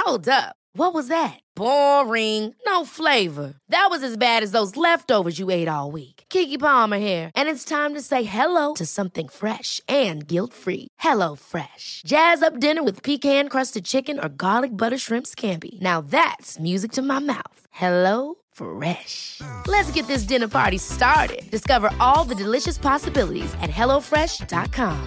Hold up. What was that? Boring. No flavor. That was as bad as those leftovers you ate all week. Keke Palmer here, and it's time to say hello to something fresh and guilt-free. Hello Fresh. Jazz up dinner with pecan-crusted chicken or garlic butter shrimp scampi. Now that's music to my mouth. Hello Fresh. Let's get this dinner party started. Discover all the delicious possibilities at hellofresh.com.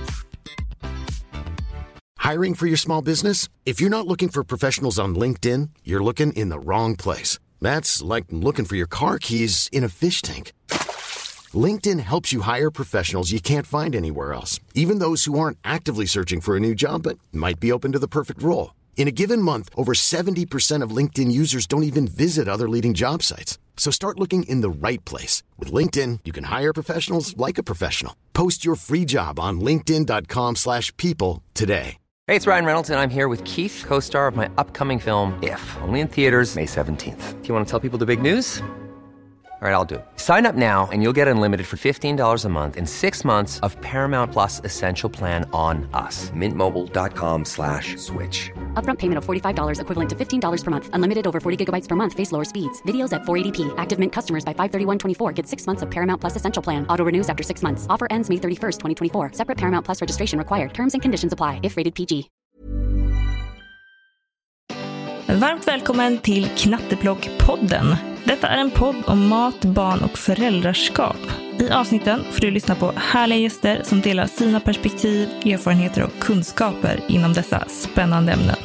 Hiring for your small business? If you're not looking for professionals on LinkedIn, you're looking in the wrong place. That's like looking for your car keys in a fish tank. LinkedIn helps you hire professionals you can't find anywhere else, even those who aren't actively searching for a new job but might be open to the perfect role. In a given month, over 70% of LinkedIn users don't even visit other leading job sites. So start looking in the right place. With LinkedIn, you can hire professionals like a professional. Post your free job on linkedin.com/people today. Hey, it's Ryan Reynolds, and I'm here with Keith, co-star of my upcoming film, If, only in theaters May 17th. Do you want to tell people the big news? All right, I'll do it. Sign up now and you'll get unlimited for $15 a month and 6 months of Paramount Plus Essential Plan on us. MintMobile.com/switch. Upfront payment of $45 equivalent to $15 per month. Unlimited over 40 gigabytes per month. Face lower speeds. Videos at 480p. Active Mint customers by 531.24 get 6 months of Paramount Plus Essential Plan. Auto renews after 6 months. Offer ends May 31st, 2024. Separate Paramount Plus registration required. Terms and conditions apply if rated PG. Varmt välkommen till Knatteplock-podden. Detta är en podd om mat, barn och föräldraskap. I avsnitten får du lyssna på härliga gäster som delar sina perspektiv, erfarenheter och kunskaper inom dessa spännande ämnen.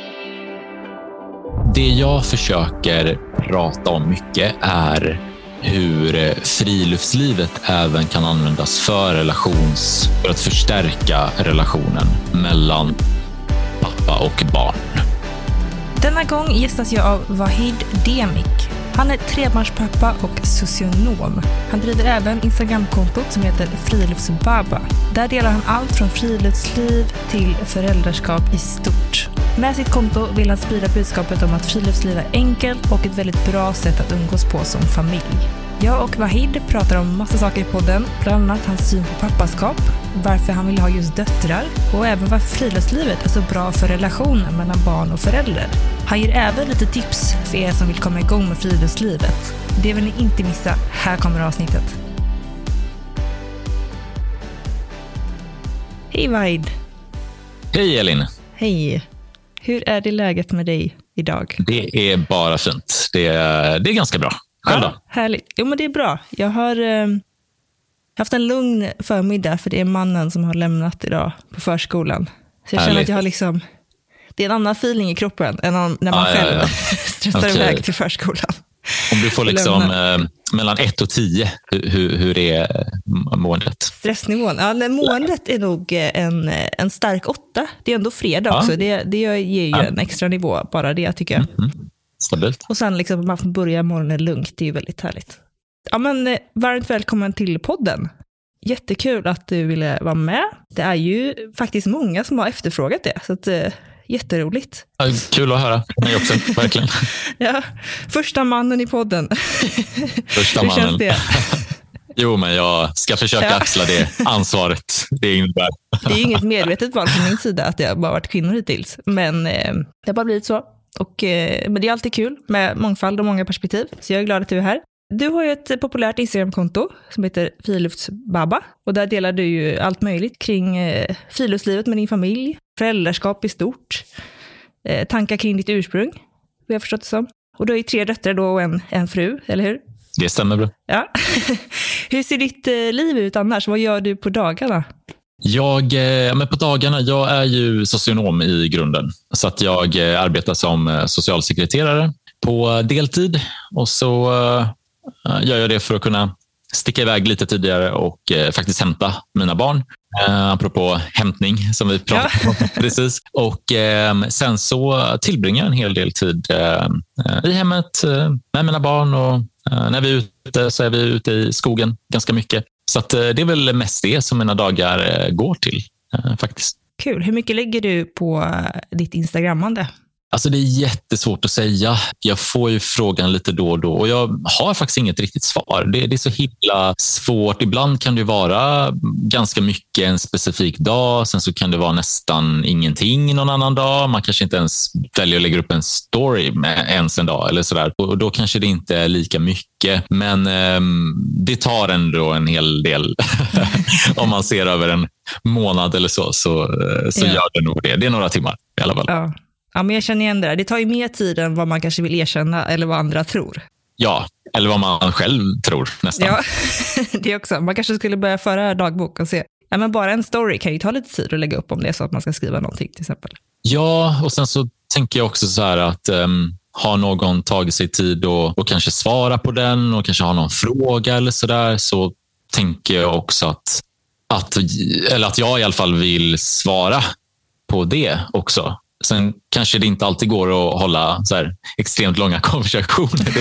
Det jag försöker prata om mycket är hur friluftslivet även kan användas för att förstärka relationen mellan pappa och barn. Denna gång gästas jag av Vahid Demik. Han är trebarnspappa och socionom. Han driver även Instagramkontot som heter Friluftsbaba. Där delar han allt från friluftsliv till föräldraskap i stort. Med sitt konto vill han sprida budskapet om att friluftsliv är enkelt och ett väldigt bra sätt att umgås på som familj. Jag och Vahid pratar om massa saker i podden, bland annat hans syn på pappaskap, varför han vill ha just döttrar och även varför friluftslivet är så bra för relationen mellan barn och förälder. Han ger även lite tips för er som vill komma igång med friluftslivet. Det vill ni inte missa. Här kommer avsnittet. Hej Vahid. Hej Elin. Hej. Hur är det läget med dig idag? Det är bara fint. Det är ganska bra. Själv då? Ja, härligt. Jo, men det är bra. Jag har haft en lugn förmiddag för det är mannen som har lämnat idag på förskolan. Så jag känner att jag har liksom... Det är en annan feeling i kroppen än när man själv stressar iväg till förskolan. Om du får liksom mellan 1 och 10, hur är måendet? Stressnivån? Ja, måendet är nog en stark 8. Det är ändå fredag också. Det ger ju en extra nivå, bara det tycker jag. Stabilt. Och sen liksom man får börja morgonen lugnt, det är ju väldigt härligt. Ja, men varmt välkommen till podden. Jättekul att du ville vara med. Det är ju faktiskt många som har efterfrågat det, så att jätteroligt. Ja, kul att höra, mig också, verkligen. Ja, första mannen i podden. Första Hur mannen. känns det? Jo, men jag ska försöka axla det ansvaret det innebär. Det är ju inget medvetet val från min sida att det har bara varit kvinnor hittills, men det har bara blivit så. Men det är alltid kul med mångfald och många perspektiv, så jag är glad att du är här. Du har ju ett populärt Instagramkonto som heter Friluftsbaba, och där delar du ju allt möjligt kring friluftslivet med din familj, föräldraskap i stort, tankar kring ditt ursprung, vi har förstått det som. Och du har ju 3 döttrar då och en fru, eller hur? Det stämmer bra. Ja. Hur ser ditt liv ut annars? Vad gör du på dagarna? Men på dagarna, jag är ju socionom i grunden, så att jag arbetar som socialsekreterare på deltid, och så gör jag det för att kunna sticka iväg lite tidigare och faktiskt hämta mina barn. Apropå hämtning som vi pratade om precis. Och sen så tillbringar jag en hel del tid i hemmet med mina barn, och när vi är ute så är vi ute i skogen ganska mycket. Så att det är väl mest det som mina dagar går till faktiskt. Kul. Hur mycket lägger du på ditt Instagrammande? Alltså det är jättesvårt att säga. Jag får ju frågan lite då och då och jag har faktiskt inget riktigt svar. Det är så himla svårt. Ibland kan det vara ganska mycket en specifik dag. Sen så kan det vara nästan ingenting någon annan dag. Man kanske inte ens väljer att lägga upp en story med ens en dag eller sådär. Och då kanske det inte är lika mycket. Men det tar ändå en hel del. Om man ser över en månad eller så gör det nog det. Det är några timmar i alla fall. Ja. Ja, men jag känner igen det där. Det tar ju mer tid än vad man kanske vill erkänna eller vad andra tror. Ja, eller vad man själv tror nästan. Ja, det också. Man kanske skulle börja föra dagbok och se. Ja, men bara en story kan ju ta lite tid att lägga upp om det är så att man ska skriva någonting till exempel. Ja, och sen så tänker jag också så här att har någon tagit sig tid och kanske svara på den och kanske har någon fråga eller så där, så tänker jag också att jag i alla fall vill svara på det också. Sen kanske det inte alltid går att hålla så här extremt långa konversationer.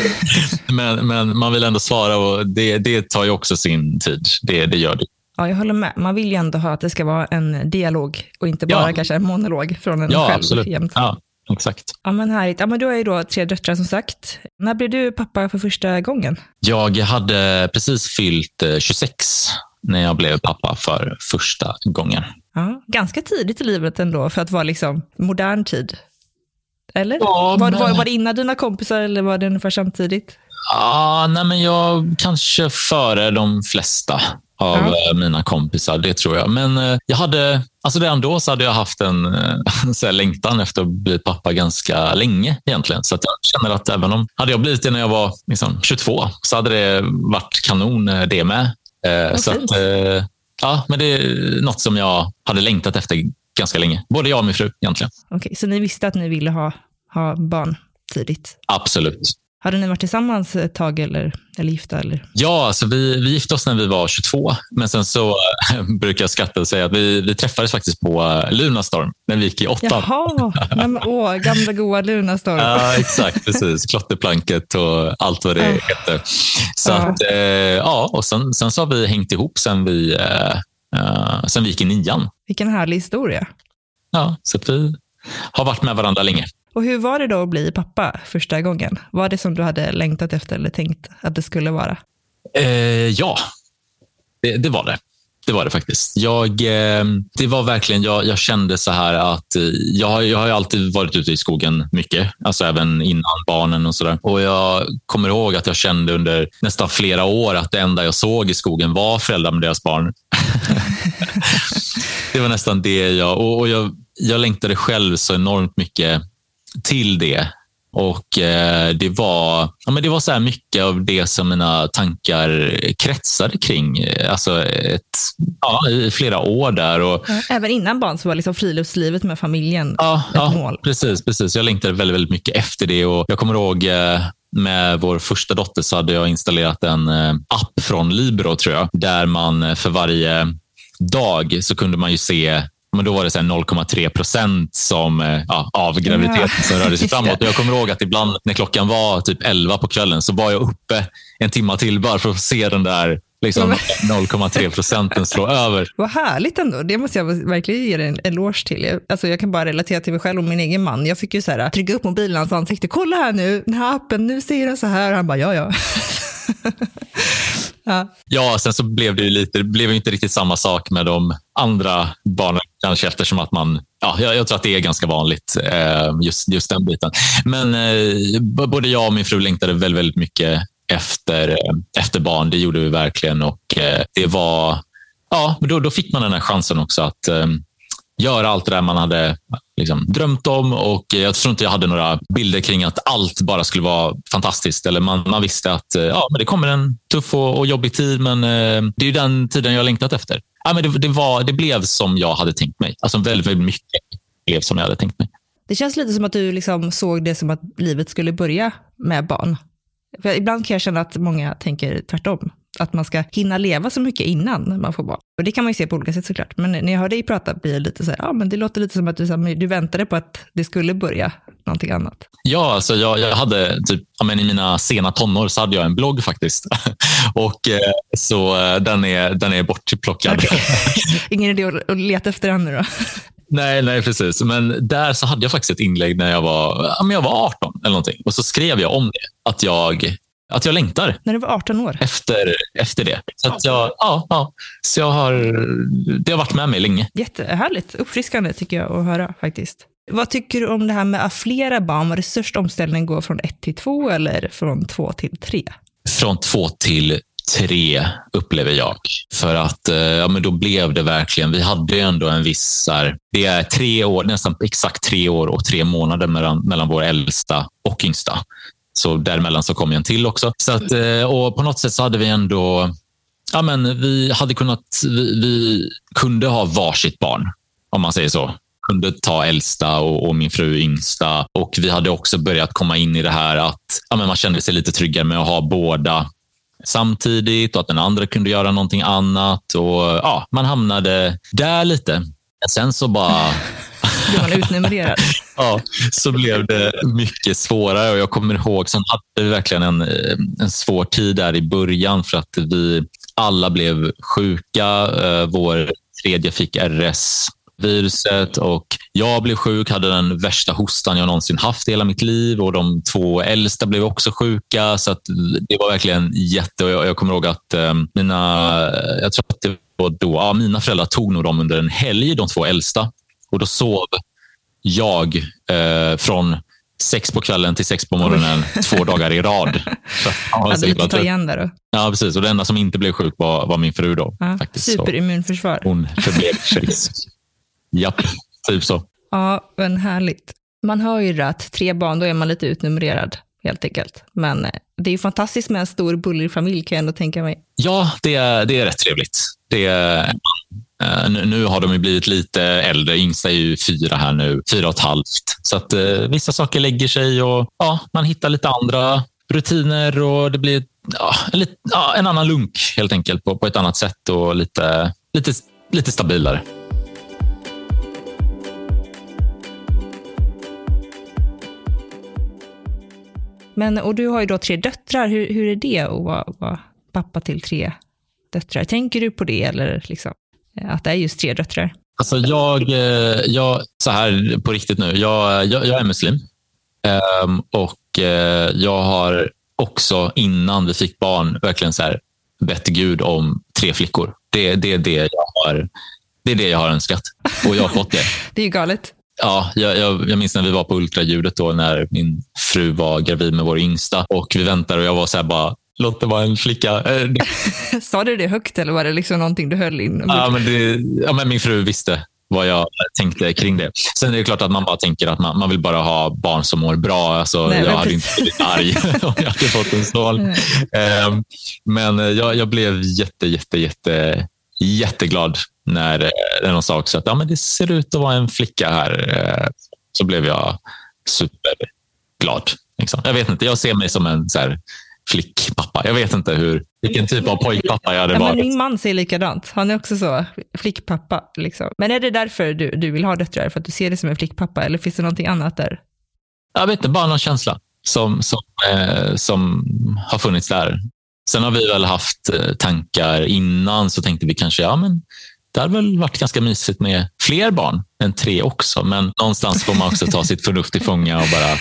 men man vill ändå svara och det tar ju också sin tid. Det gör det. Ja, jag håller med. Man vill ju ändå ha att det ska vara en dialog och inte bara kanske en monolog från en själv. Absolut. Jämt. Ja, exakt. Ja, men härligt. Ja, men du har ju då 3 döttrar som sagt. När blev du pappa för första gången? Jag hade precis fyllt 26 när jag blev pappa för första gången. Ja, ganska tidigt i livet ändå för att vara liksom modern tid. Eller? Ja, var det innan dina kompisar eller var det ungefär samtidigt? Nej, men jag kanske före de flesta av mina kompisar, det tror jag. Men jag hade, alltså redan då så hade jag haft en så här längtan efter att bli pappa ganska länge egentligen. Så att jag känner att även om hade jag blivit det när jag var liksom 22 så hade det varit kanon det med. Så att, ja, men det är något som jag hade längtat efter ganska länge. Både jag och min fru egentligen. Okej, så ni visste att ni ville ha barn tidigt? Absolut. Hade ni varit tillsammans ett tag eller gifta? Eller? Ja, alltså vi gifte oss när vi var 22. Men sen så brukar jag skratta och säga att vi träffades faktiskt på Lunarstorm när vi gick i 8. Jaha, gamla goa Lunarstorm. Ja, exakt, precis. Klotterplanket och allt vad det heter. Så att, och sen så har vi hängt ihop sen vi gick i 9:an. Vilken härlig historia. Ja, så att vi har varit med varandra länge. Och hur var det då att bli pappa första gången? Var det som du hade längtat efter eller tänkt att det skulle vara? Ja, det var det. Det var det faktiskt. Det var verkligen, jag kände så här att jag har ju alltid varit ute i skogen mycket. Alltså även innan barnen och sådär. Och jag kommer ihåg att jag kände under nästan flera år att det enda jag såg i skogen var föräldrar med deras barn. Det var nästan det jag längtade själv så enormt mycket till det. Och det var så här mycket av det som mina tankar kretsade kring. Alltså i flera år där. Och, även innan barn så var liksom friluftslivet med familjen ett mål. Precis. Jag längtade väldigt, väldigt mycket efter det. Och jag kommer ihåg med vår första dotter så hade jag installerat en app från Libro, tror jag. Där man för varje dag så kunde man ju se, men då var det 0,3% som av graviditeten som rörde sig framåt. Och jag kommer ihåg att ibland när klockan var typ 11 på kvällen så var jag uppe en timme till bara för att se den där liksom 0,3% slå över. Vad härligt ändå. Det måste jag verkligen ge en eloge till. Alltså jag kan bara relatera till mig själv och min egen man. Jag fick ju så här trycka upp mobilen i hans ansikte. Kolla här nu, den här appen, nu ser den så här. Han bara, ja. Ja, sen så blev det blev inte riktigt samma sak med de andra barnen kanske, eftersom att jag tror att det är ganska vanligt just den biten. Men både jag och min fru längtade väldigt, väldigt mycket efter barn. Det gjorde vi verkligen, och det var då fick man den här chansen också att göra allt det där man hade liksom drömt om, och jag tror inte jag hade några bilder kring att allt bara skulle vara fantastiskt, eller man visste att men det kommer en tuff och jobbig tid, men det är ju den tiden jag har längtat efter. Men det blev som jag hade tänkt mig. Alltså väldigt, väldigt mycket blev som jag hade tänkt mig. Det känns lite som att du liksom såg det som att livet skulle börja med barn. För ibland kan jag känna att många tänker tvärtom. Att man ska hinna leva så mycket innan man får barn. Och det kan man ju se på olika sätt såklart. Men när jag hör dig prata blir det lite så här, men det låter lite som att du väntade på att det skulle börja någonting annat. Ja, alltså jag hade typ, i mina sena tonår så hade jag en blogg faktiskt. Och så den är bortplockad. Okay. Ingen idé att leta efter den nu då? Nej, precis. Men där så hade jag faktiskt ett inlägg när jag var 18 eller någonting. Och så skrev jag om det. Att jag längtar. När du var 18 år? Efter det. Så att Så det har varit med mig länge. Jättehärligt. Uppfriskande tycker jag att höra faktiskt. Vad tycker du om det här med att flera barn? Var det största omställningen går från 1 till 2 eller från 2 till 3? Från 2 till 3 upplever jag. För att men då blev det verkligen, vi hade ju ändå en viss, det är 3 år, nästan exakt 3 år och 3 månader mellan vår äldsta och yngsta. Så däremellan så kom jag en till också. Så att, och på något sätt så hade vi ändå, vi kunde ha varsitt barn, om man säger så. Kunde ta äldsta och min fru yngsta. Och vi hade också börjat komma in i det här att man kände sig lite tryggare med att ha båda samtidigt och att den andra kunde göra någonting annat. Och man hamnade där lite. Sen så bara... Blev man utnumrerad? Ja, så blev det mycket svårare. Och jag kommer ihåg, sen hade vi verkligen en svår tid där i början för att vi alla blev sjuka. Vår tredje fick RS-viruset och jag blev sjuk, hade den värsta hostan jag någonsin haft i hela mitt liv och de 2 äldsta blev också sjuka, så att det var verkligen jag kommer ihåg att jag tror att det var då, mina föräldrar tog nog dem under en helg, de 2 äldsta, och då sov jag från 6 på kvällen till 6 på morgonen 2 dagar i rad. Hade lite ta igen där då? Ja, precis. Och det enda som inte blev sjuk var min fru då. Ja, faktiskt. Superimmunförsvar. Hon förblev frisk. Japp, typ så. Ja, men härligt. Man hör ju att 3 barn, då är man lite utnumrerad helt enkelt. Men det är ju fantastiskt med en stor bullig familj, kan jag ändå tänka mig. Ja, det är rätt trevligt. Nu har de ju blivit lite äldre. Yngsta är ju 4 här nu, 4,5. Så att vissa saker lägger sig och man hittar lite andra rutiner och det blir en annan lunk helt enkelt på ett annat sätt och lite stabilare. Men, och du har ju då 3 döttrar. Hur är det att vara pappa till 3 döttrar? Tänker du på det eller liksom, att det är just 3 döttrar? Alltså jag så här på riktigt nu. Jag är muslim. Och jag har också innan vi fick barn verkligen så här bett Gud om 3 flickor. Det är det jag har önskat. Och jag har fått det. Det är ju galet. Ja, jag minns när vi var på ultraljudet då när min fru var gravid med vår yngsta och vi väntade och jag var så här bara, låt det vara en flicka. Sa du det högt eller var det liksom någonting du höll in? Men min fru visste vad jag tänkte kring det. Sen är det klart att man bara tänker att man vill bara ha barn som mår bra. Alltså, jag hade inte blivit arg om jag hade fått en son. Men jag blev jätteglad när någon sa också att men det ser ut att vara en flicka här. Så blev jag superglad. Liksom. Jag vet inte, jag ser mig som en så här flickpappa. Jag vet inte vilken typ av pojkpappa jag hade varit. Men min man säger likadant. Han är också så, flickpappa. Liksom. Men är det därför du vill ha döttrar? För att du ser det som en flickpappa? Eller finns det någonting annat där? Jag vet inte, bara någon känsla som har funnits där. Sen har vi väl haft tankar innan, så tänkte vi kanske, men det har väl varit ganska mysigt med fler barn än 3 också. Men någonstans får man också ta sitt förnuft i fånga och bara...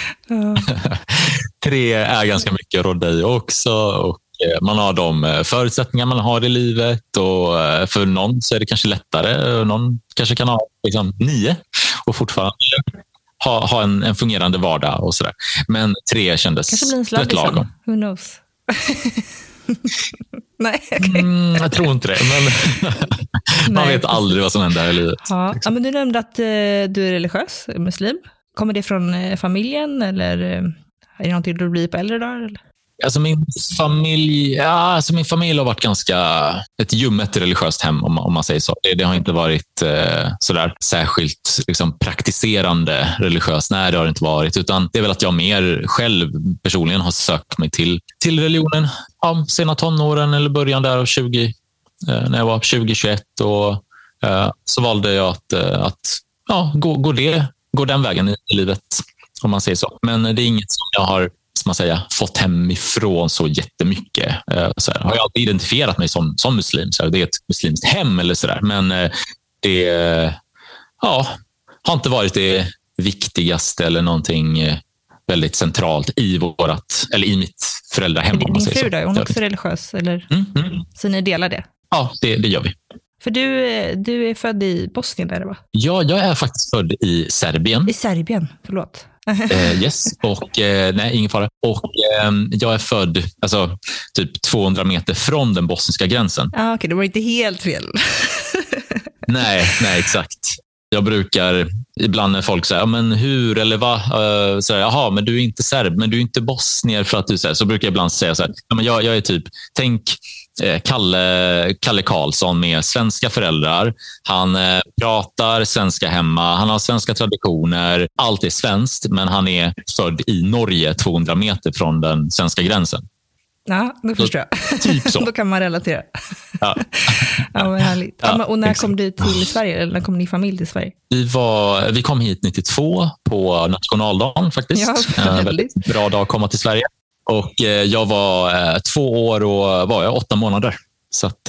3 är ganska mycket att råda i också. Och man har de förutsättningar man har i livet. Och för någon så är det kanske lättare. Någon kanske kan ha 9 och fortfarande ha en fungerande vardag och sådär. Men 3 kändes rätt lagom. Who knows? Nej, jag tror inte det, men man vet aldrig vad som händer i livet. Ja, men du nämnde att du är religiös, muslim. Kommer det från familjen eller är det någonting du blir på äldre dagar? Eller? Alltså min familj har varit ganska ett ljummet religiöst hem om man säger så. Det har inte varit sådär särskilt praktiserande religiöst. Nej, det har det inte varit. Utan det är väl att jag mer själv personligen har sökt mig till religionen. Ja, sena tonåren eller början där av 20, när jag var 20-21 och så valde jag att gå den vägen i livet, om man säger så. Men det är inget som jag har fått hemifrån så jättemycket. Så här, har jag alltid identifierat mig som muslim. Så här, det är ett muslimskt hem eller sådär. Men har inte varit det viktigaste eller någonting väldigt centralt i i mitt föräldrahem. Din fru då, är hon också religiös? Eller? Så ni delar det? Ja, det gör vi. För du är född i Bosnien, där, va? Ja, jag är faktiskt född i Serbien. I Serbien, förlåt. Yes, och nej, ingen fara. Och jag är född typ 200 meter från den bosniska gränsen. Okej, det var inte helt fel. nej, exakt. Jag brukar ibland när folk säger, men hur eller vad? Jaha, men du är inte serb, men du är inte bosnier för att du säger. Så brukar jag ibland säga så här, men jag är typ, tänk Kalle Karlsson med svenska föräldrar. Han pratar svenska hemma, han har svenska traditioner, allt är svenskt, men han är född i Norge 200 meter från den svenska gränsen. Ja, då förstår jag. Typ så. Då kan man relatera. Ja. Ja, men härligt. Ja, och när kom du till Sverige? Eller när kom din familj till Sverige? Vi kom hit 92 på nationaldagen faktiskt. Ja, väldigt bra dag att komma till Sverige. Och jag var 2 år och var jag 8 månader. Så att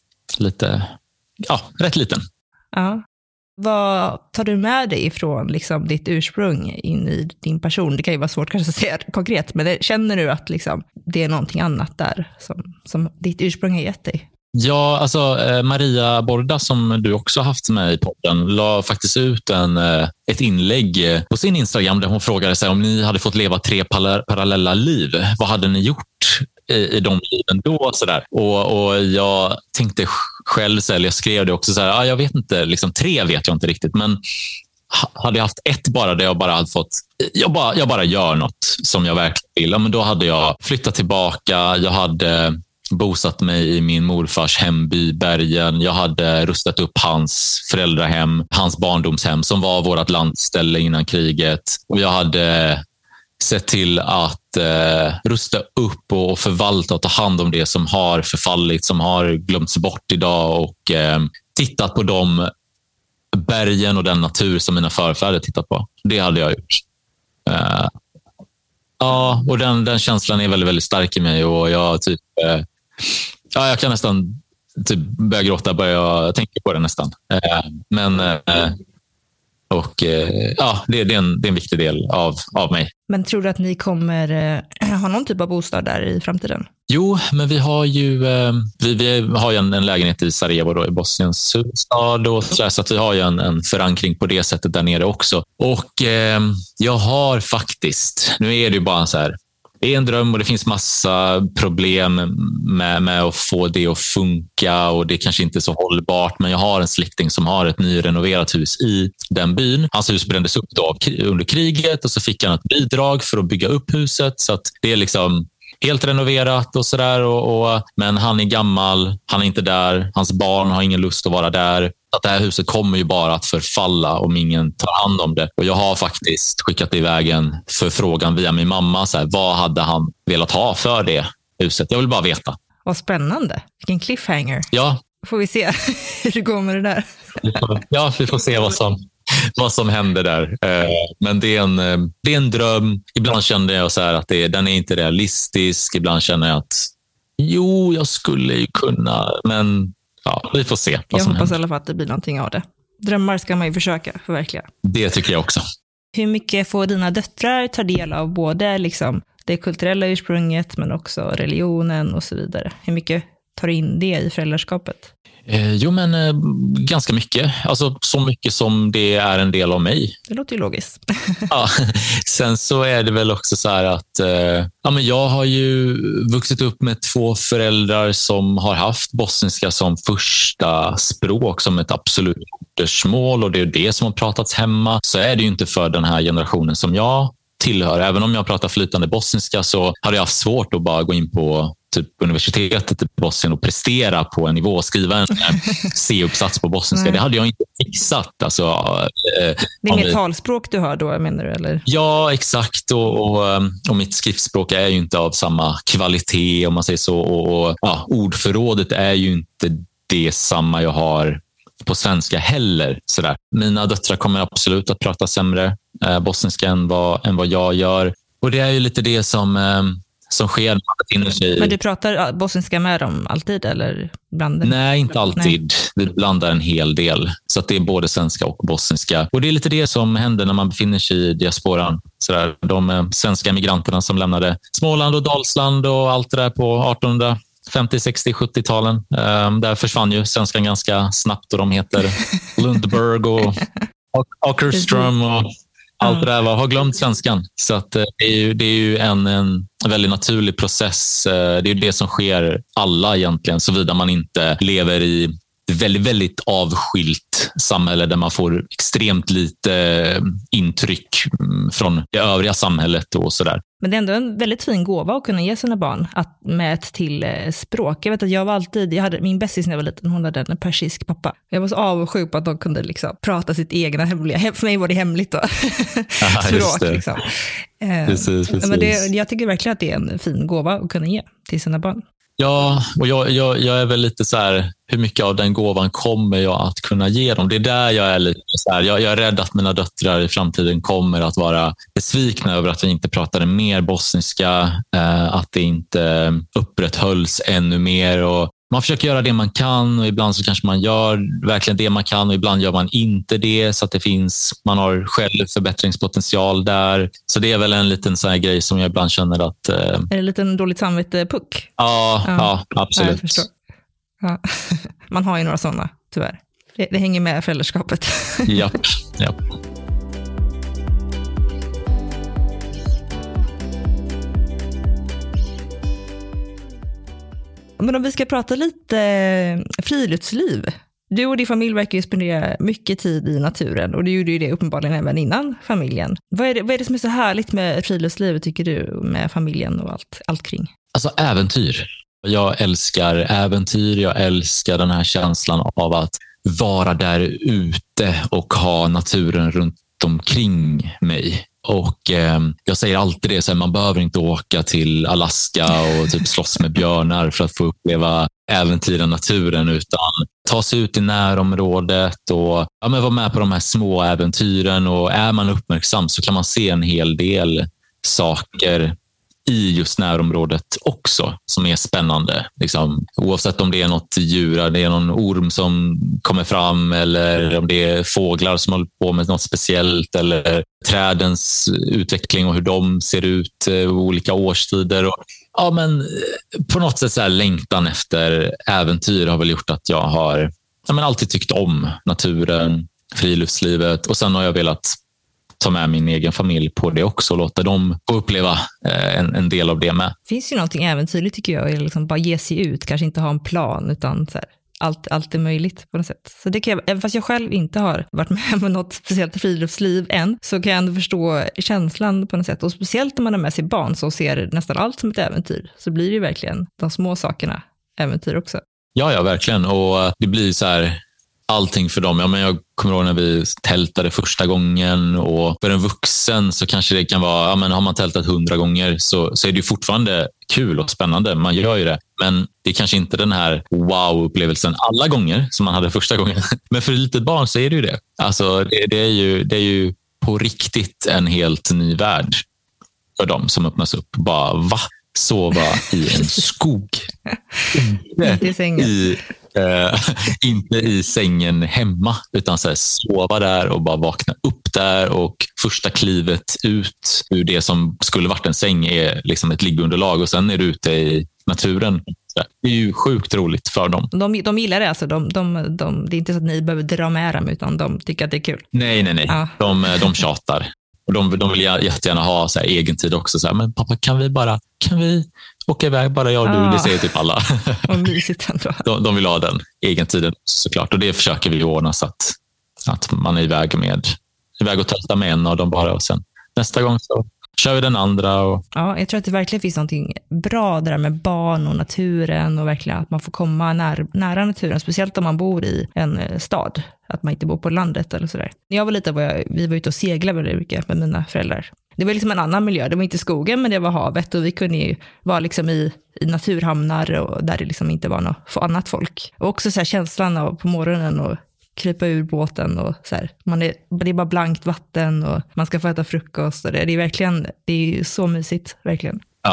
rätt liten. Ja. Vad tar du med dig ifrån liksom, ditt ursprung in i din person? Det kan ju vara svårt kanske att säga konkret, men känner du att liksom, det är någonting annat där som ditt ursprung har gett dig? Ja, Maria Borda som du också haft med i podden la faktiskt ut ett inlägg på sin Instagram där hon frågade sig om ni hade fått leva 3 parallella liv. Vad hade ni gjort i de liven då? Och jag tänkte själv, eller jag skrev det också, jag vet inte, 3 vet jag inte riktigt, men hade jag haft 1 bara där jag bara hade fått, jag bara gör något som jag verkligen vill, men då hade jag flyttat tillbaka, jag hade bosatt mig i min morfars hemby Bergen. Jag hade rustat upp hans föräldrahem, hans barndomshem som var vårt landställe innan kriget. Och jag hade sett till att rusta upp och förvalta och ta hand om det som har förfallit, som har glömts bort idag och tittat på de bergen och den natur som mina förfäder tittat på. Det hade jag gjort. Ja, och den känslan är väldigt, väldigt stark i mig och jag typ jag kan nästan typ börja gråta, börja tänka på det nästan. Det är en viktig del av mig. Men tror du att ni kommer ha någon typ av bostad där i framtiden? Jo, men vi har ju vi har ju en lägenhet i Sarajevo då, i Bosniens huvudstad och så att vi har ju en förankring på det sättet där nere också. Och jag har faktiskt, nu är det ju bara så här, det är en dröm och det finns massa problem med att få det att funka och det kanske inte är så hållbart, men jag har en släkting som har ett nyrenoverat hus i den byn. Hans hus brändes upp då under kriget och så fick han ett bidrag för att bygga upp huset, så att det är liksom helt renoverat och sådär. Men han är gammal, han är inte där, hans barn har ingen lust att vara där. Att det här huset kommer ju bara att förfalla om ingen tar hand om det. Och jag har faktiskt skickat iväg en förfrågan via min mamma. Vad hade han velat ha för det huset? Jag vill bara veta. Vad spännande. Vilken cliffhanger. Ja. Får vi se hur det går med det där. Ja, vi får se vad som händer där. Men det är en dröm. Ibland kände jag så här att den är inte realistisk. Ibland känner jag att jag skulle ju kunna, men ja, vi får se vad som händer. Jag hoppas i alla fall att det blir någonting av det. Drömmar ska man ju försöka förverkliga. Det tycker jag också. Hur mycket får dina döttrar ta del av både liksom det kulturella ursprunget men också religionen och så vidare? Hur mycket tar du in det i föräldraskapet? Jo, men ganska mycket. Alltså så mycket som det är en del av mig. Det låter ju logiskt. Ja, sen så är det väl också så här att men jag har ju vuxit upp med 2 föräldrar som har haft bosniska som första språk, som ett absolut modersmål, och det är det som har pratats hemma. Så är det ju inte för den här generationen som jag tillhör. Även om jag pratar flytande bosniska så hade jag haft svårt att bara gå in på typ universitetet i Bosnien och prestera på en nivå och skriva en C-uppsats på bosniska. Det hade jag inte fixat. Alltså, det är inget talspråk du har då, menar du? Eller? Ja, exakt. Och mitt skriftspråk är ju inte av samma kvalitet, om man säger så. Och ordförrådet är ju inte det samma jag har på svenska heller. Sådär. Mina döttrar kommer absolut att prata sämre bosniska än vad jag gör. Och det är ju lite det som som sker när man befinner sig i... Men du pratar bosniska med dem alltid eller blandar? Nej, inte alltid. Vi blandar en hel del. Så att det är både svenska och bosniska. Och det är lite det som händer när man befinner sig i diasporan. Sådär, de svenska migranterna som lämnade Småland och Dalsland och allt det där på 1850, 60, 70-talen. Där försvann ju svenskan ganska snabbt och de heter Lundberg och Åkerström och allt det där har glömt svenskan. Så att det är ju en väldigt naturlig process. Det är ju det som sker alla egentligen, såvida man inte lever i väldigt, väldigt avskilt samhälle där man får extremt lite intryck från det övriga samhället och sådär. Men det är ändå en väldigt fin gåva att kunna ge sina barn med ett till språk. Jag vet att jag hade min bästis när jag var liten, hon hade en persisk pappa. Jag var så avundsjuk på att de kunde liksom prata sitt egna hemliga. För mig var det hemligt då. Språk liksom. Precis. Men jag tycker verkligen att det är en fin gåva att kunna ge till sina barn. Ja, och jag är väl lite så här, hur mycket av den gåvan kommer jag att kunna ge dem? Det är där jag är lite så här, jag är rädd att mina döttrar i framtiden kommer att vara besvikna över att vi inte pratade mer bosniska, att det inte upprätthölls ännu mer. Och man försöker göra det man kan och ibland så kanske man gör verkligen det man kan och ibland gör man inte det, så att man har själv förbättringspotential där. Så det är väl en liten sån här grej som jag ibland känner att... Är det en liten dåligt samvete-puck? Ja, absolut. Jag förstår. Ja. Man har ju några sådana, tyvärr. Det hänger med föräldraskapet. Japp. Men om vi ska prata lite friluftsliv. Du och din familj verkar ju spendera mycket tid i naturen och du gjorde ju det uppenbarligen även innan familjen. Vad är det som är så härligt med friluftslivet tycker du, med familjen och allt kring? Alltså äventyr. Jag älskar äventyr, jag älskar den här känslan av att vara där ute och ha naturen runt omkring mig. Och jag säger alltid det, så här, man behöver inte åka till Alaska och typ slåss med björnar för att få uppleva äventyr i naturen, utan ta sig ut i närområdet och vara med på de här små äventyren. Och är man uppmärksam så kan man se en hel del saker i just närområdet också som är spännande. Liksom, oavsett om det är något djur, det är någon orm som kommer fram eller om det är fåglar som håller på med något speciellt eller trädens utveckling och hur de ser ut olika årstider. Och, men på något sätt så här, längtan efter äventyr har väl gjort att jag har alltid tyckt om naturen, friluftslivet, och sen har jag velat ta med min egen familj på det också och låta dem få uppleva en del av det med. Det finns ju någonting äventyrligt tycker jag, att liksom bara ge sig ut, kanske inte ha en plan utan så här, allt är möjligt på något sätt. Så det kan jag, även fast jag själv inte har varit med om något speciellt friluftsliv än, så kan jag ändå förstå känslan på något sätt. Och speciellt när man har med sig barn så ser nästan allt som ett äventyr, så blir det ju verkligen de små sakerna äventyr också. Ja, verkligen. Och det blir så här allting för dem. Jag kommer ihåg när vi tältade första gången, och för en vuxen så kanske det kan vara, har man tältat 100 gånger så är det ju fortfarande kul och spännande. Man gör ju det. Men det är kanske inte den här wow-upplevelsen alla gånger som man hade första gången. Men för ett litet barn så är det ju det. Alltså det är ju på riktigt en helt ny värld för dem som öppnas upp. Bara, va? Sova i en skog. Inte i sängen. Inte i sängen hemma, utan så här, sova där och bara vakna upp där, och första klivet ut ur det som skulle varit en säng är liksom ett liggunderlag, och sen är du ute i naturen. Det är ju sjukt roligt för dem. De gillar det alltså. Det är inte så att ni behöver dra med dem, utan de tycker att det är kul. Nej. Ja. De tjatar. Och de vill jättegärna ha så här egen tid också. Så här, men pappa, kan vi åka iväg bara jag och du? Det säger typ alla. Vad mysigt ändå. De vill ha den egen tiden såklart. Och det försöker vi ordna så att man är iväg och tälta med en av dem bara. Och sen nästa gång så kör vi den andra. Ja, jag tror att det verkligen finns någonting bra där med barn och naturen, och verkligen att man får komma nära naturen, speciellt om man bor i en stad, att man inte bor på landet eller sådär. När jag var liten vi var ute och seglade väldigt mycket med mina föräldrar. Det var liksom en annan miljö, det var inte skogen men det var havet, och vi kunde ju vara liksom i naturhamnar och där det liksom inte var något annat folk. Och också så här känslan av på morgonen och krypa ur båten och så här. Det är bara blankt vatten och man ska få äta frukost och det är verkligen, det är ju så mysigt, verkligen. Ja,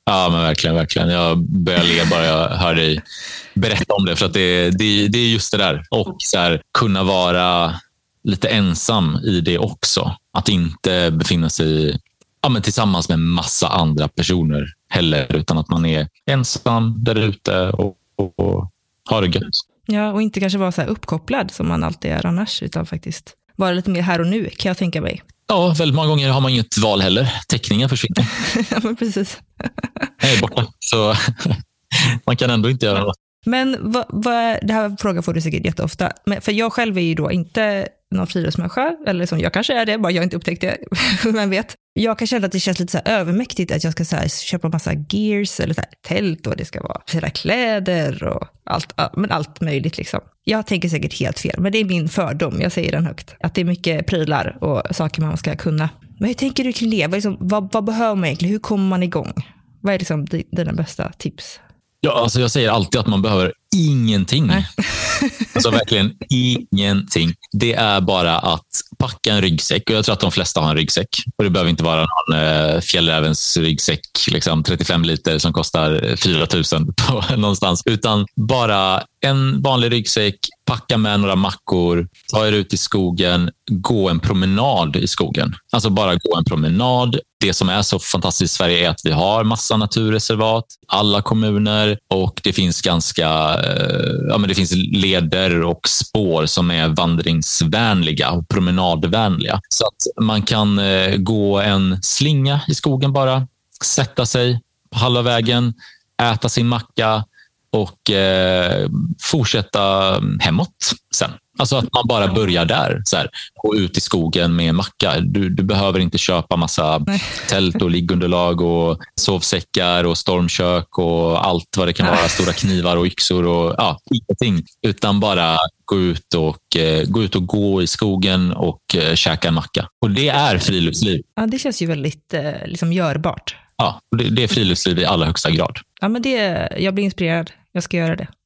Ja, men verkligen. Jag börjar le bara jag hör dig berätta om det. För att det är just det där. Och så här, kunna vara lite ensam i det också. Att inte befinna sig tillsammans med massa andra personer heller. Utan att man är ensam där ute och har det gött. Ja, och inte kanske vara så här uppkopplad som man alltid är annars. Utan faktiskt vara lite mer här och nu, kan jag tänka mig. Ja, väldigt många gånger har man inget val heller. Teckningen försvinner. Ja, men precis. Jag är borta, så man kan ändå inte göra något. Men det här frågan får du säkert jätteofta. Men för jag själv är ju då inte någon friluftsmänniska, eller som jag kanske är det, bara jag inte upptäckt det, vem vet. Jag kan känna att det känns lite så här övermäktigt att jag ska så här köpa massa gears eller så här tält, och det ska vara hela kläder och allt möjligt liksom. Jag tänker säkert helt fel, men det är min fördom, jag säger den högt. Att det är mycket prylar och saker man ska kunna. Men hur tänker du kring det? Vad behöver man egentligen? Hur kommer man igång? Vad är liksom dina bästa tips? Ja, alltså jag säger alltid att man behöver ingenting. Alltså verkligen ingenting. Det är bara att packa en ryggsäck. Och jag tror att de flesta har en ryggsäck. Och det behöver inte vara någon fjällrävens ryggsäck, liksom 35 liter som kostar 4 000 på någonstans. Utan bara en vanlig ryggsäck, packa med några mackor, ta er ut i skogen, gå en promenad i skogen. Alltså bara gå en promenad. Det som är så fantastiskt i Sverige är att vi har massa naturreservat, alla kommuner, och det finns det finns leder och spår som är vandringsvänliga och promenadvänliga. Så att man kan gå en slinga i skogen bara, sätta sig på halva vägen, äta sin macka och fortsätta hemåt sen. Alltså att man bara börjar där, så här, gå ut i skogen med macka. Du behöver inte köpa massa tält och liggunderlag och sovsäckar och stormkök och allt vad det kan vara, stora knivar och yxor och ingenting. Utan bara gå ut och gå i skogen och käka en macka. Och det är friluftsliv. Ja, det känns ju väldigt liksom görbart. Ja, det är friluftsliv i allra högsta grad. Ja, men jag blir inspirerad. Jag ska göra det.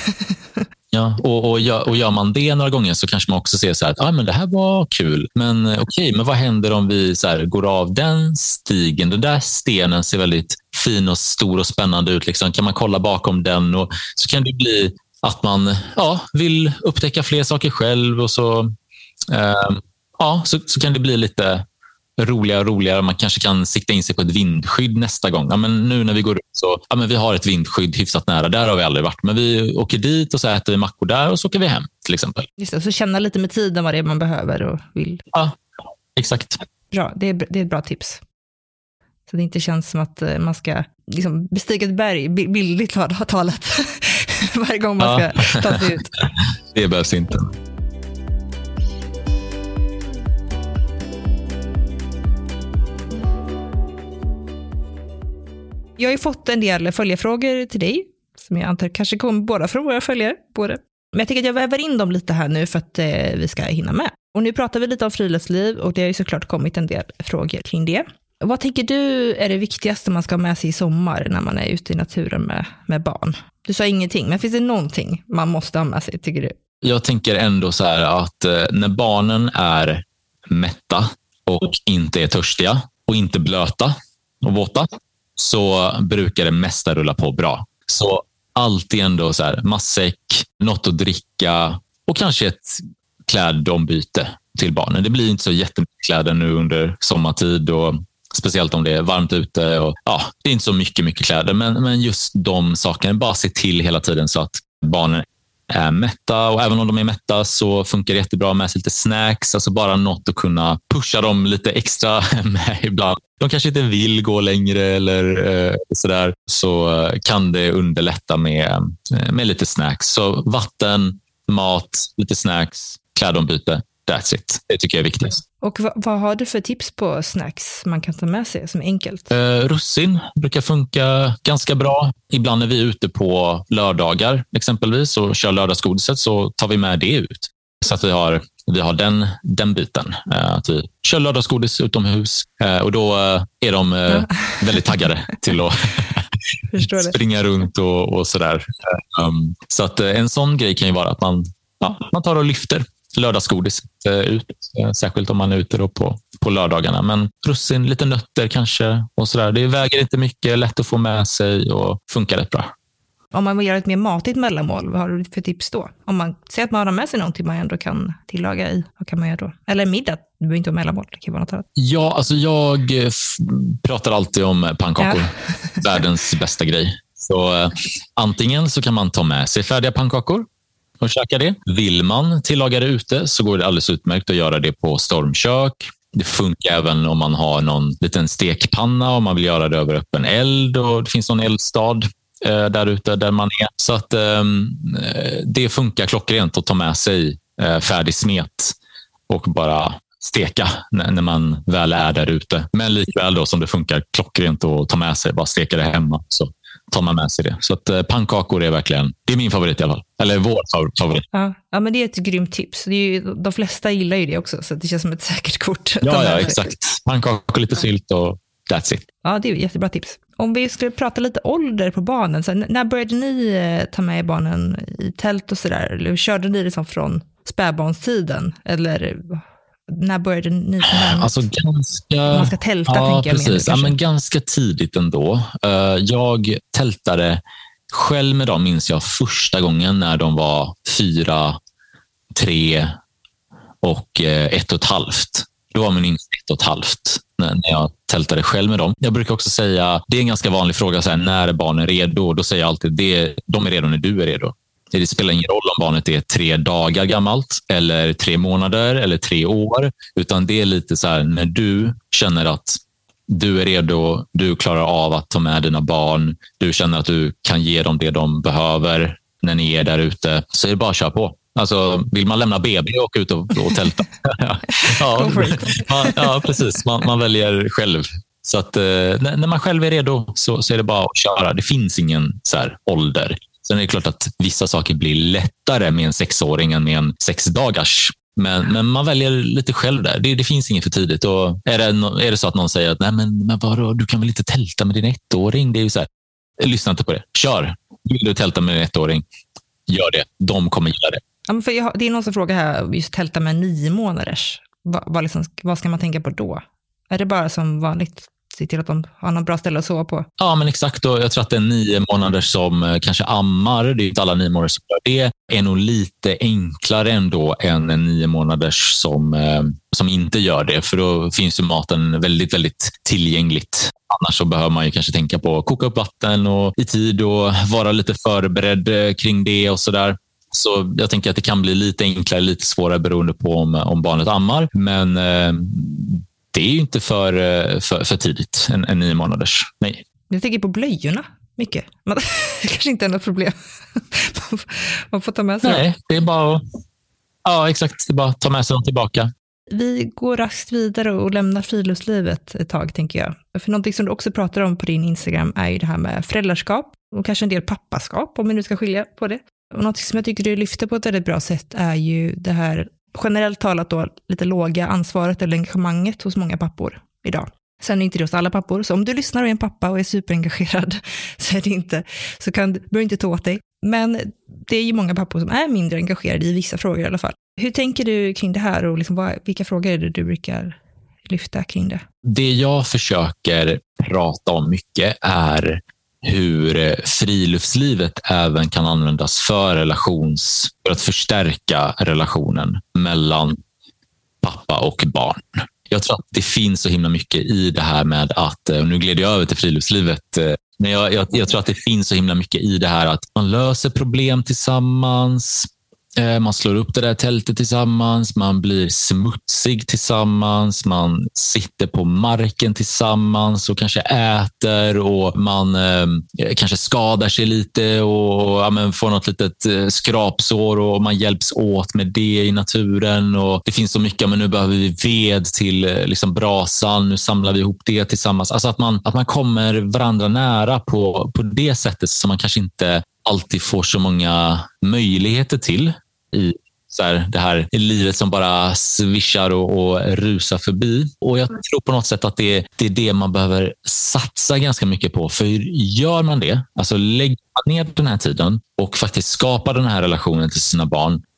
Ja, och gör man det några gånger så kanske man också ser så här att men det här var kul. Men okej, men vad händer om vi så här, går av den stigen? Den där stenen ser väldigt fin och stor och spännande ut. Liksom. Kan man kolla bakom den? Och så kan det bli att man vill upptäcka fler saker själv. Och så kan det bli lite roligare. Man kanske kan sikta in sig på ett vindskydd nästa gång. Ja, men nu när vi går ut så men vi har ett vindskydd hyfsat nära. Där har vi aldrig varit. Men vi åker dit och så äter vi mackor där och så åker vi hem till exempel. Just det, så känna lite med tiden vad det är man behöver och vill. Ja, exakt. Bra, det är ett bra tips. Så det inte känns som att man ska liksom bestiga ett berg, bildligt talat, varje gång man ska ta sig ut. Det behövs inte. Jag har ju fått en del följarfrågor till dig, som jag antar kanske kommer båda från våra följare. Men jag tänker att jag väver in dem lite här nu för att vi ska hinna med. Och nu pratar vi lite om friluftsliv och det har ju såklart kommit en del frågor kring det. Vad tänker du är det viktigaste man ska ha med sig i sommar när man är ute i naturen med barn? Du sa ingenting, men finns det någonting man måste ha med sig, tycker du? Jag tänker ändå så här att när barnen är mätta och inte är törstiga och inte blöta och våta, så brukar det mesta rulla på bra. Så alltid ändå så här, matsäck, något att dricka och kanske ett klädombyte till barnen. Det blir inte så jättemycket kläder nu under sommartid och speciellt om det är varmt ute. Och, det är inte så mycket kläder, men just de sakerna, bara se till hela tiden så att barnen är mätta, och även om de är mätta så funkar det jättebra med sig lite snacks, alltså bara något att kunna pusha dem lite extra med ibland. De kanske inte vill gå längre eller sådär, så kan det underlätta med lite snacks. Så vatten, mat, lite snacks, klädombyte, that's it. Det tycker jag är viktigt. Och vad har du för tips på snacks man kan ta med sig som är enkelt? Russin brukar funka ganska bra. Ibland när vi är ute på lördagar exempelvis och kör lördagsgodiset så tar vi med det ut. Så att vi har den biten. Att vi kör lördagsgodis utomhus och då är de väldigt taggade till att springa runt och sådär. Så att en sån grej kan ju vara att man tar och lyfter lördagsgodis ut, särskilt om man är ute då på lördagarna. Men russin, lite nötter kanske och sådär. Det väger inte mycket, lätt att få med sig och funkar rätt bra. Om man vill göra ett mer matigt mellanmål, vad har du för tips då? Om man säger att man har med sig någonting man ändå kan tillaga i, vad kan man göra då? Eller middag, det behöver inte vara mellanmål, det kan vara något annat. Ja, alltså jag pratar alltid om pannkakor. Ja. Världens bästa grej. Så antingen så kan man ta med sig färdiga pannkakor och käka det. Vill man tillaga det ute så går det alldeles utmärkt att göra det på stormkök. Det funkar även om man har någon liten stekpanna, om man vill göra det över öppen eld och det finns någon eldstad där ute där man är. Så att det funkar klockrent att ta med sig färdig smet och bara steka när man väl är där ute. Men likväl då som det funkar klockrent att ta med sig, bara steka det hemma, så tar man med sig det. Så att pannkakor är verkligen, det är min favorit i alla fall. Eller vår favorit. Ja, men det är ett grymt tips. Det är ju, de flesta gillar ju det också, så det känns som ett säkert kort. Ja, exakt. Pannkakor, lite sylt och that's it. Ja, det är ett jättebra tips. Om vi skulle prata lite ålder på barnen, så när började ni ta med barnen i tält och sådär? Eller körde ni det från spädbarnstiden? Eller när började ni ta med? Alltså ganska... Man ska tälta, tänker jag. Precis. Ja, men ganska tidigt ändå. Jag tältade själv med dem, minns jag, första gången när de var 4, 3 och 1,5. Då var min yngst 1,5 när jag tältade själv med dem. Jag brukar också säga, det är en ganska vanlig fråga, så här, när är barnen redo? Då säger jag alltid, de är redo när du är redo. Det spelar ingen roll om barnet är 3 dagar gammalt eller 3 månader eller 3 år. Utan det är lite så här, när du känner att du är redo, du klarar av att ta med dina barn, du känner att du kan ge dem det de behöver när ni är där ute, så är det bara att köra på. Alltså, vill man lämna BB och åka ut och tälta? Ja, precis. Man väljer själv. Så att när man själv är redo så är det bara att köra. Det finns ingen så här ålder. Sen är det klart att vissa saker blir lättare med en 6-åring än med en 6-dagars. Men man väljer lite själv där. Det finns inget för tidigt. Och är det så att någon säger att nej, men vadå, du kan väl inte tälta med din 1-åring? Det är ju så här, lyssna inte på det. Kör. Vill du tälta med din 1-åring? Gör det. De kommer gilla det. Ja, men det är någon som frågar här, just tälta med 9 månaders. Vad ska man tänka på då? Är det bara som vanligt? Se till att de har något bra ställe att sova på. Ja, men exakt. Och jag tror att det är 9 månaders som kanske ammar. Det är inte alla 9 månader som gör det. Är nog lite enklare ändå än en 9 månaders som inte gör det. För då finns ju maten väldigt, väldigt tillgängligt. Annars så behöver man ju kanske tänka på att koka upp vatten och i tid och vara lite förberedd kring det och sådär. Så jag tänker att det kan bli lite enklare, lite svårare beroende på om barnet ammar. Men det är ju inte för tidigt, en 9 månaders. Nej. Jag tänker på blöjorna mycket. Men det kanske inte är något problem. Man får ta med sig. Nej, det är bara exakt. Det är bara att ta med sig dem tillbaka. Vi går raskt vidare och lämnar friluftslivet ett tag, tänker jag. För någonting som du också pratar om på din Instagram är ju det här med föräldraskap och kanske en del pappaskap, om vi nu ska skilja på det. Och något som jag tycker du lyfter på ett väldigt bra sätt är ju det här, generellt talat då, lite låga ansvaret eller engagemanget hos många pappor idag. Sen är inte det hos alla pappor, så om du lyssnar och är en pappa och är superengagerad så är det inte, så behöver inte ta åt dig. Men det är ju många pappor som är mindre engagerade i vissa frågor i alla fall. Hur tänker du kring det här och liksom vilka frågor är det du brukar lyfta kring det? Det jag försöker prata om mycket är hur friluftslivet även kan användas för att förstärka relationen mellan pappa och barn. Jag tror att det finns så himla mycket i det här med att, och nu gled jag över till friluftslivet, men jag tror att det finns så himla mycket i det här att man löser problem tillsammans, man slår upp det där tältet tillsammans, man blir smutsig tillsammans, man sitter på marken tillsammans och kanske äter och man kanske skadar sig lite och får något litet skrapsår och man hjälps åt med det i naturen. Och det finns så mycket, men nu behöver vi ved till liksom brasan, nu samlar vi ihop det tillsammans. Alltså att man kommer varandra nära på det sättet som man kanske inte alltid får så många möjligheter till i så här, det här livet som bara svischar och rusar förbi. Och jag tror på något sätt att det är det man behöver satsa ganska mycket på. För gör man det, alltså lägger man ner den här tiden och faktiskt skapar den här relationen till sina barn,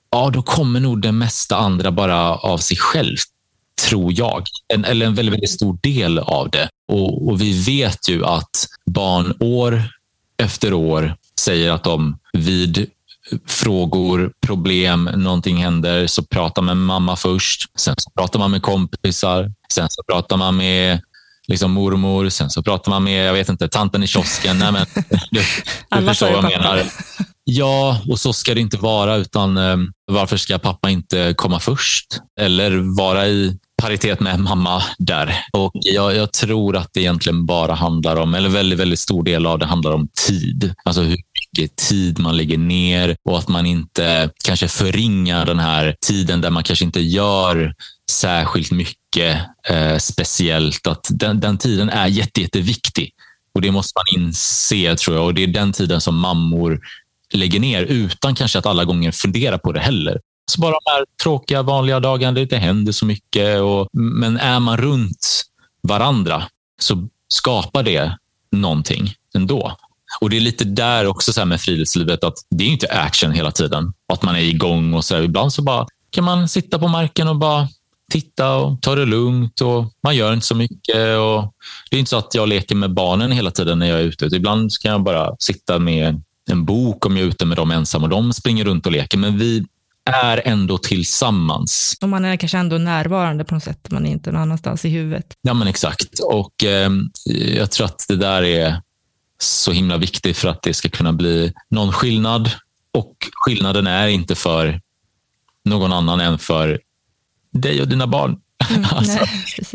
ja, då kommer nog det mesta andra bara av sig själv, tror jag. Eller en väldigt, väldigt stor del av det. Och vi vet ju att barn år efter år säger att de vid frågor, problem, någonting händer, så pratar man med mamma först. Sen så pratar man med kompisar. Sen så pratar man med liksom mormor. Sen så pratar man med, jag vet inte, tanten i kiosken. Nej, men du förstår vad jag menar. Ja, och så ska det inte vara, utan varför ska pappa inte komma först? Eller vara i paritet med mamma där. Och jag tror att det egentligen bara handlar om, eller väldigt, väldigt stor del av det handlar om tid. Alltså hur mycket tid man lägger ner och att man inte kanske förringar den här tiden där man kanske inte gör särskilt mycket speciellt. Att den tiden är jätteviktig. Och det måste man inse, tror jag. Och det är den tiden som mammor lägger ner utan kanske att alla gånger fundera på det heller. Så bara de här tråkiga vanliga dagarna, det inte händer så mycket. Men är man runt varandra så skapar det någonting ändå. Och det är lite där också så här med friluftslivet, att det är inte action hela tiden. Att man är igång och så här. Ibland så bara kan man sitta på marken och bara titta och ta det lugnt, och man gör inte så mycket. Och det är inte så att jag leker med barnen hela tiden när jag är ute. Ibland kan jag bara sitta med en bok om jag är ute med dem ensam och de springer runt och leker. Men vi är ändå tillsammans. Och man är kanske ändå närvarande på något sätt. Man är inte någon annanstans i huvudet. Ja, men exakt. Och jag tror att det där är så himla viktigt för att det ska kunna bli någon skillnad. Och skillnaden är inte för någon annan än för dig och dina barn. Alltså,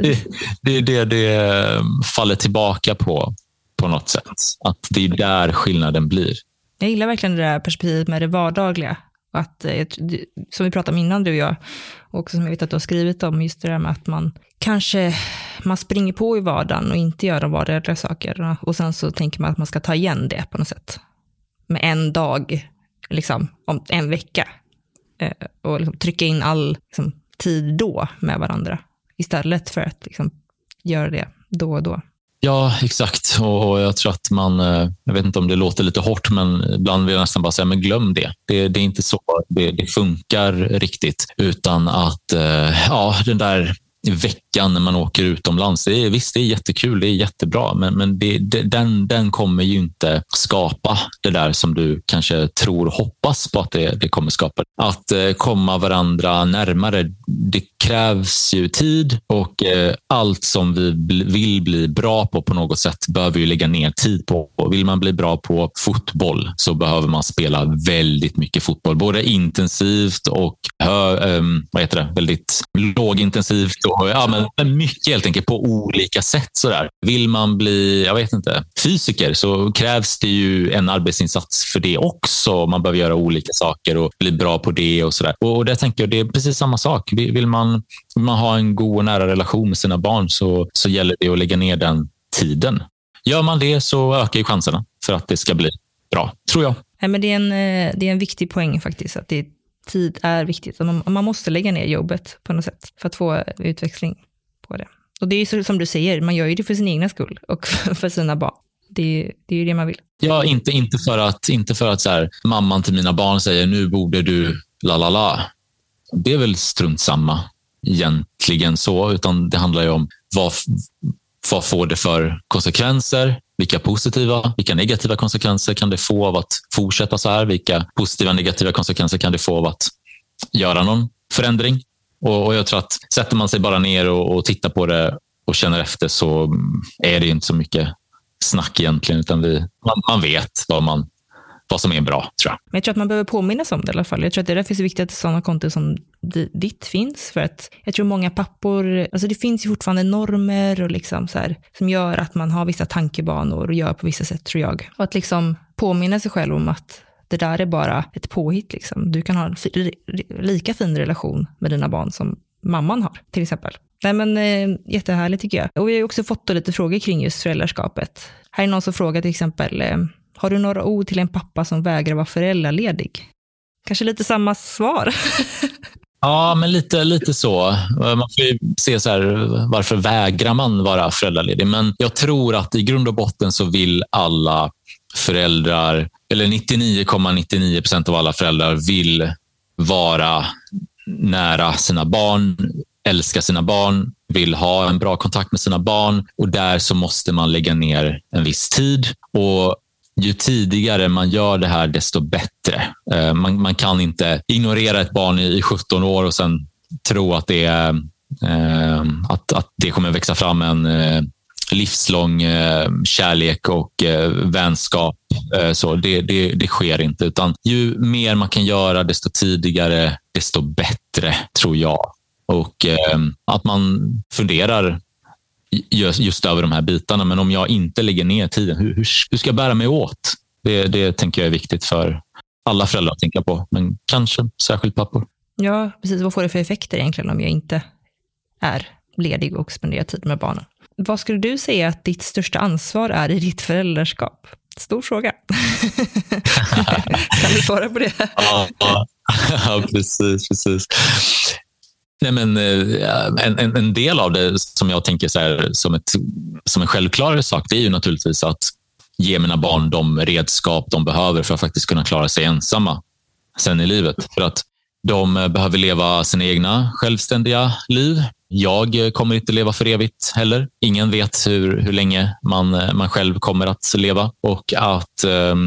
det faller tillbaka på något sätt. Att det är där skillnaden blir. Jag gillar verkligen det där perspektivet med det vardagliga. Att, som vi pratade om innan, du och jag, och som jag vet att du har skrivit om, just det där med att man springer på i vardagen och inte gör de vardagliga saker. Och sen så tänker man att man ska ta igen det på något sätt. Med en dag, liksom, om en vecka. Och liksom trycka in all liksom, tid då med varandra. Istället för att liksom, göra det då och då. Ja, exakt. Och jag tror att jag vet inte om det låter lite hårt, men ibland vill jag nästan bara säga, men glöm det. Det är inte så det funkar riktigt. Utan att, den där veckan när man åker utomlands, visst, det är jättekul, det är jättebra, men den kommer ju inte skapa det där som du kanske tror och hoppas på att det kommer skapa. Att komma varandra närmare, det krävs ju tid, och allt som vi vill bli bra på något sätt behöver ju lägga ner tid på. Vill man bli bra på fotboll så behöver man spela väldigt mycket fotboll, både intensivt och väldigt lågintensivt. Men mycket helt enkelt på olika sätt. Sådär. Vill man bli, fysiker, så krävs det ju en arbetsinsats för det också. Man behöver göra olika saker och bli bra på det och sådär. Och det tänker jag, det är precis samma sak. Vill man ha en god och nära relation med sina barn, så gäller det att lägga ner den tiden. Gör man det så ökar ju chanserna för att det ska bli bra, tror jag. Nej, men det är en viktig poäng faktiskt, att tid är viktigt. Man måste lägga ner jobbet på något sätt för att få utväxling på det. Och det är ju som du säger, man gör ju det för sin egna skull och för sina barn. Det är ju det man vill. Ja, inte för att så här, mamman till mina barn säger nu borde du la. Det är väl strunt samma egentligen så, utan det handlar ju om vad får det för konsekvenser? Vilka positiva, vilka negativa konsekvenser kan det få av att fortsätta så här? Vilka positiva, negativa konsekvenser kan det få av att göra någon förändring? Och jag tror att sätter man sig bara ner och tittar på det och känner efter, så är det inte så mycket snack egentligen, utan man vet vad som är bra, tror jag. Men jag tror att man behöver påminnas om det i alla fall. Jag tror att det är därför så viktigt att sådana konton som ditt finns. För att jag tror många pappor, alltså det finns ju fortfarande normer och liksom så här, som gör att man har vissa tankebanor och gör på vissa sätt, tror jag. Och att liksom påminna sig själv om att det där är bara ett påhitt. Liksom. Du kan ha en lika fin relation med dina barn som mamman har, till exempel. Nej, men jättehärligt tycker jag. Och vi har också fått lite frågor kring just föräldraskapet. Här är någon som frågar till exempel, har du några ord till en pappa som vägrar vara föräldraledig? Kanske lite samma svar. Ja, men lite så. Man får ju se så här, varför vägrar man vara föräldraledig? Men jag tror att i grund och botten så vill alla föräldrar, eller 99,99% av alla föräldrar vill vara nära sina barn, älska sina barn, vill ha en bra kontakt med sina barn, och där så måste man lägga ner en viss tid, och ju tidigare man gör det här desto bättre. Man kan inte ignorera ett barn i 17 år och sen tro att det är att det kommer växa fram en livslång kärlek och vänskap. Så det sker inte, utan ju mer man kan göra desto tidigare desto bättre, tror jag. Och att man funderar just över de här bitarna. Men om jag inte lägger ner tiden, hur ska jag bära mig åt? Det tänker jag är viktigt för alla föräldrar att tänka på, men kanske särskilt pappor. Ja, precis. Vad får det för effekter egentligen om jag inte är ledig och spenderar tid med barnen? Vad skulle du säga att ditt största ansvar är i ditt föräldraskap? Stor fråga. Kan du svara på det? Ja, precis. Nej, men en del av det som jag tänker så här, som en självklar sak, det är ju naturligtvis att ge mina barn de redskap de behöver för att faktiskt kunna klara sig ensamma sen i livet. För att de behöver leva sina egna självständiga liv. Jag kommer inte leva för evigt heller. Ingen vet hur länge man själv kommer att leva. Och att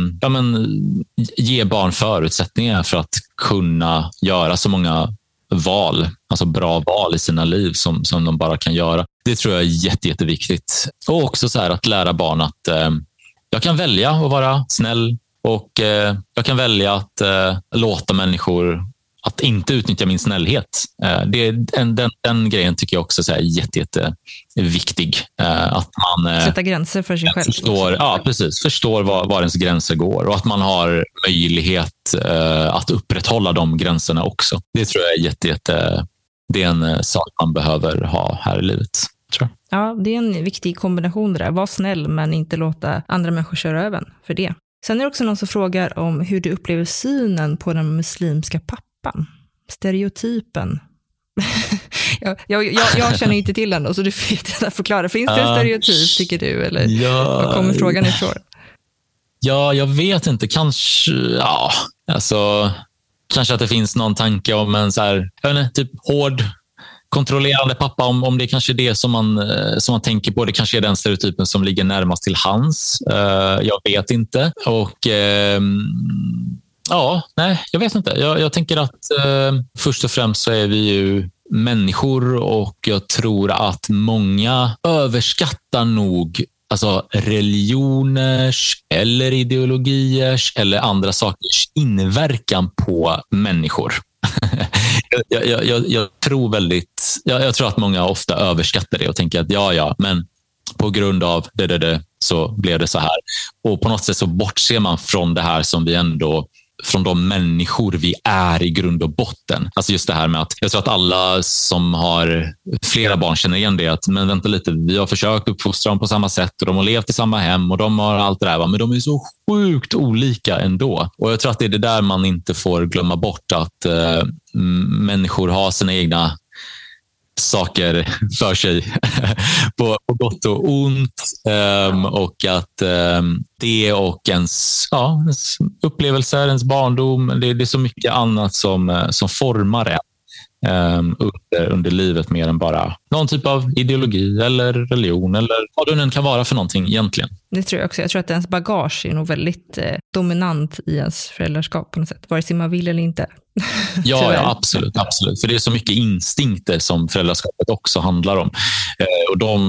ge barn förutsättningar för att kunna göra så många val, alltså bra val i sina liv som de bara kan göra. Det tror jag är jätteviktigt. Och också så här att lära barn att jag kan välja att vara snäll, och jag kan välja att låta människor att inte utnyttja min snällhet. Den grejen tycker jag också är jätteviktig. Att man sätta gränser för sig själv. Förstår var ens gränser går, och att man har möjlighet att upprätthålla de gränserna också. Det tror jag är det är en sak man behöver ha här i livet, tror jag. Ja, det är en viktig kombination där. Var snäll men inte låta andra människor köra över för det. Sen är det också någon som frågar om hur du upplever synen på den muslimska pappan. Stereotypen. jag känner inte till den, så du får gärna förklara. Finns det en stereotyp, tycker du? Eller vad kommer frågan ifrån? Ja, jag vet inte. Kanske att det finns någon tanke om en så här, typ hård, kontrollerande pappa, om det kanske är det som man tänker på. Det kanske är den stereotypen som ligger närmast till hands. Jag vet inte. Och jag vet inte. Jag tänker att först och främst så är vi ju människor, och jag tror att många överskattar nog alltså religioners eller ideologiers eller andra sakers inverkan på människor. Jag tror att många ofta överskattar det och tänker att men på grund av det så blev det så här. Och på något sätt så bortser man från det här som vi ändå, från de människor vi är i grund och botten. Alltså just det här med att jag tror att alla som har flera barn känner igen det, att men vänta lite, vi har försökt uppfostra dem på samma sätt och de har levt i samma hem och de har allt det där, men de är så sjukt olika ändå. Och jag tror att det är det där man inte får glömma bort, att människor har sina egna saker för sig på gott och ont, och att det och ens upplevelser, ens barndom, det är så mycket annat som formar en under livet, mer än bara någon typ av ideologi eller religion eller vad det nu kan vara för någonting egentligen. Det tror jag också. Jag tror att ens bagage är nog väldigt dominant i ens föräldraskap på något sätt, vare sig man vill eller inte. Ja, absolut. För det är så mycket instinkter som föräldraskapet också handlar om. Och de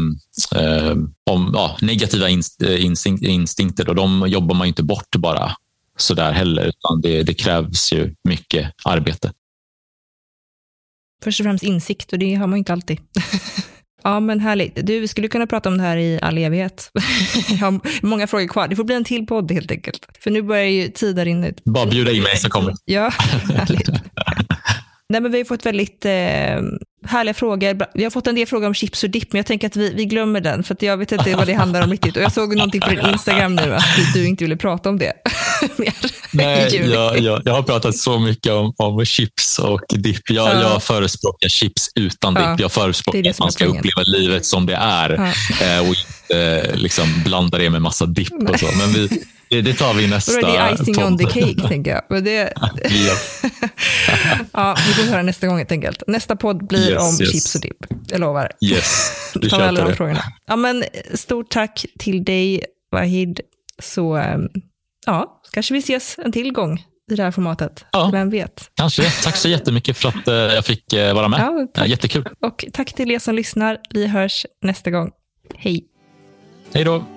negativa instinkter, och de jobbar man ju inte bort bara så där heller, utan det krävs ju mycket arbete. Först och främst insikt, och det har man ju inte alltid. Ja, men härligt. Du skulle kunna prata om det här i all evighet. Jag har många frågor kvar. Det får bli en till podd helt enkelt. För nu börjar ju tiden rinna ut. Bara bjuda in mig så kommer. Ja, härligt. Nej, men vi har fått väldigt härliga frågor. Vi har fått en del frågor om chips och dipp, men jag tänker att vi glömmer den, för att jag vet inte vad det handlar om riktigt. Och jag såg någonting på din Instagram nu att du inte ville prata om det. Nej, jag har pratat så mycket om chips och dipp. Jag förespråkar chips utan dipp. Jag förespråkar att man ska uppleva livet som det är och inte liksom blanda det med massa dipp och så. Men Det tar vi nästa podd. Det är icing podd. on the cake, tänker jag. Men det... Ja, vi får höra nästa gång helt enkelt. Nästa podd blir om chips och dipp. Jag lovar. Yes, du tar alla de det. frågorna. Ja, men stort tack till dig, Vahid. Så kanske vi ses en till gång i det här formatet. Ja, vem vet. Kanske. Tack så jättemycket för att jag fick vara med. Ja, jättekul. Och tack till er som lyssnar. Vi hörs nästa gång. Hej. Hej då.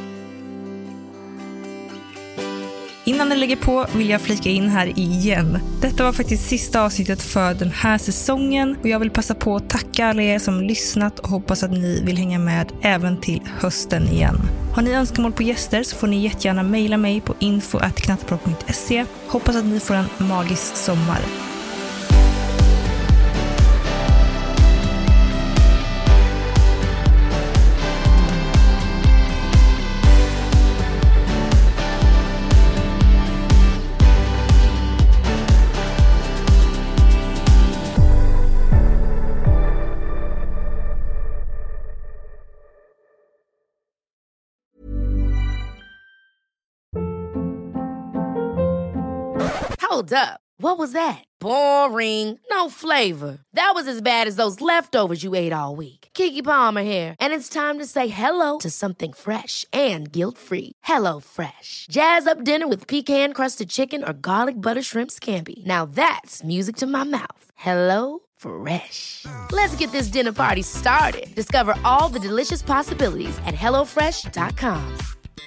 Innan ni lägger på vill jag flika in här igen. Detta var faktiskt sista avsnittet för den här säsongen och jag vill passa på att tacka alla er som lyssnat och hoppas att ni vill hänga med även till hösten igen. Har ni önskemål på gäster så får ni jättegärna mejla mig på info@knattepropp.se. Hoppas att ni får en magisk sommar. Hold up. What was that? Boring. No flavor. That was as bad as those leftovers you ate all week. Keke Palmer here, and it's time to say hello to something fresh and guilt-free. Hello Fresh. Jazz up dinner with pecan-crusted chicken or garlic butter shrimp scampi. Now that's music to my mouth. Hello Fresh. Let's get this dinner party started. Discover all the delicious possibilities at hellofresh.com.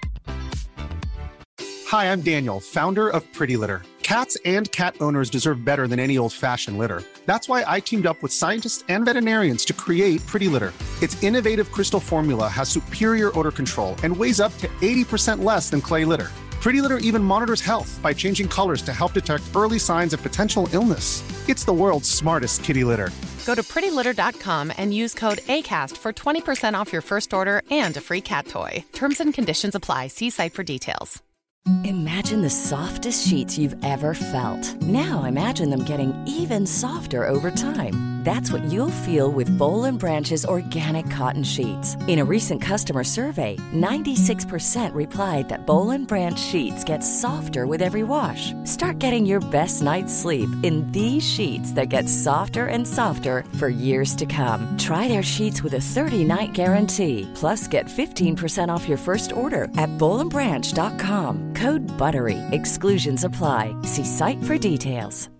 Hi, I'm Daniel, founder of Pretty Litter. Cats and cat owners deserve better than any old-fashioned litter. That's why I teamed up with scientists and veterinarians to create Pretty Litter. Its innovative crystal formula has superior odor control and weighs up to 80% less than clay litter. Pretty Litter even monitors health by changing colors to help detect early signs of potential illness. It's the world's smartest kitty litter. Go to prettylitter.com and use code ACAST for 20% off your first order and a free cat toy. Terms and conditions apply. See site for details. Imagine the softest sheets you've ever felt. Now imagine them getting even softer over time. That's what you'll feel with Boll & Branch's organic cotton sheets. In a recent customer survey, 96% replied that Boll & Branch sheets get softer with every wash. Start getting your best night's sleep in these sheets that get softer and softer for years to come. Try their sheets with a 30-night guarantee. Plus, get 15% off your first order at bollandbranch.com. Code BUTTERY. Exclusions apply. See site for details.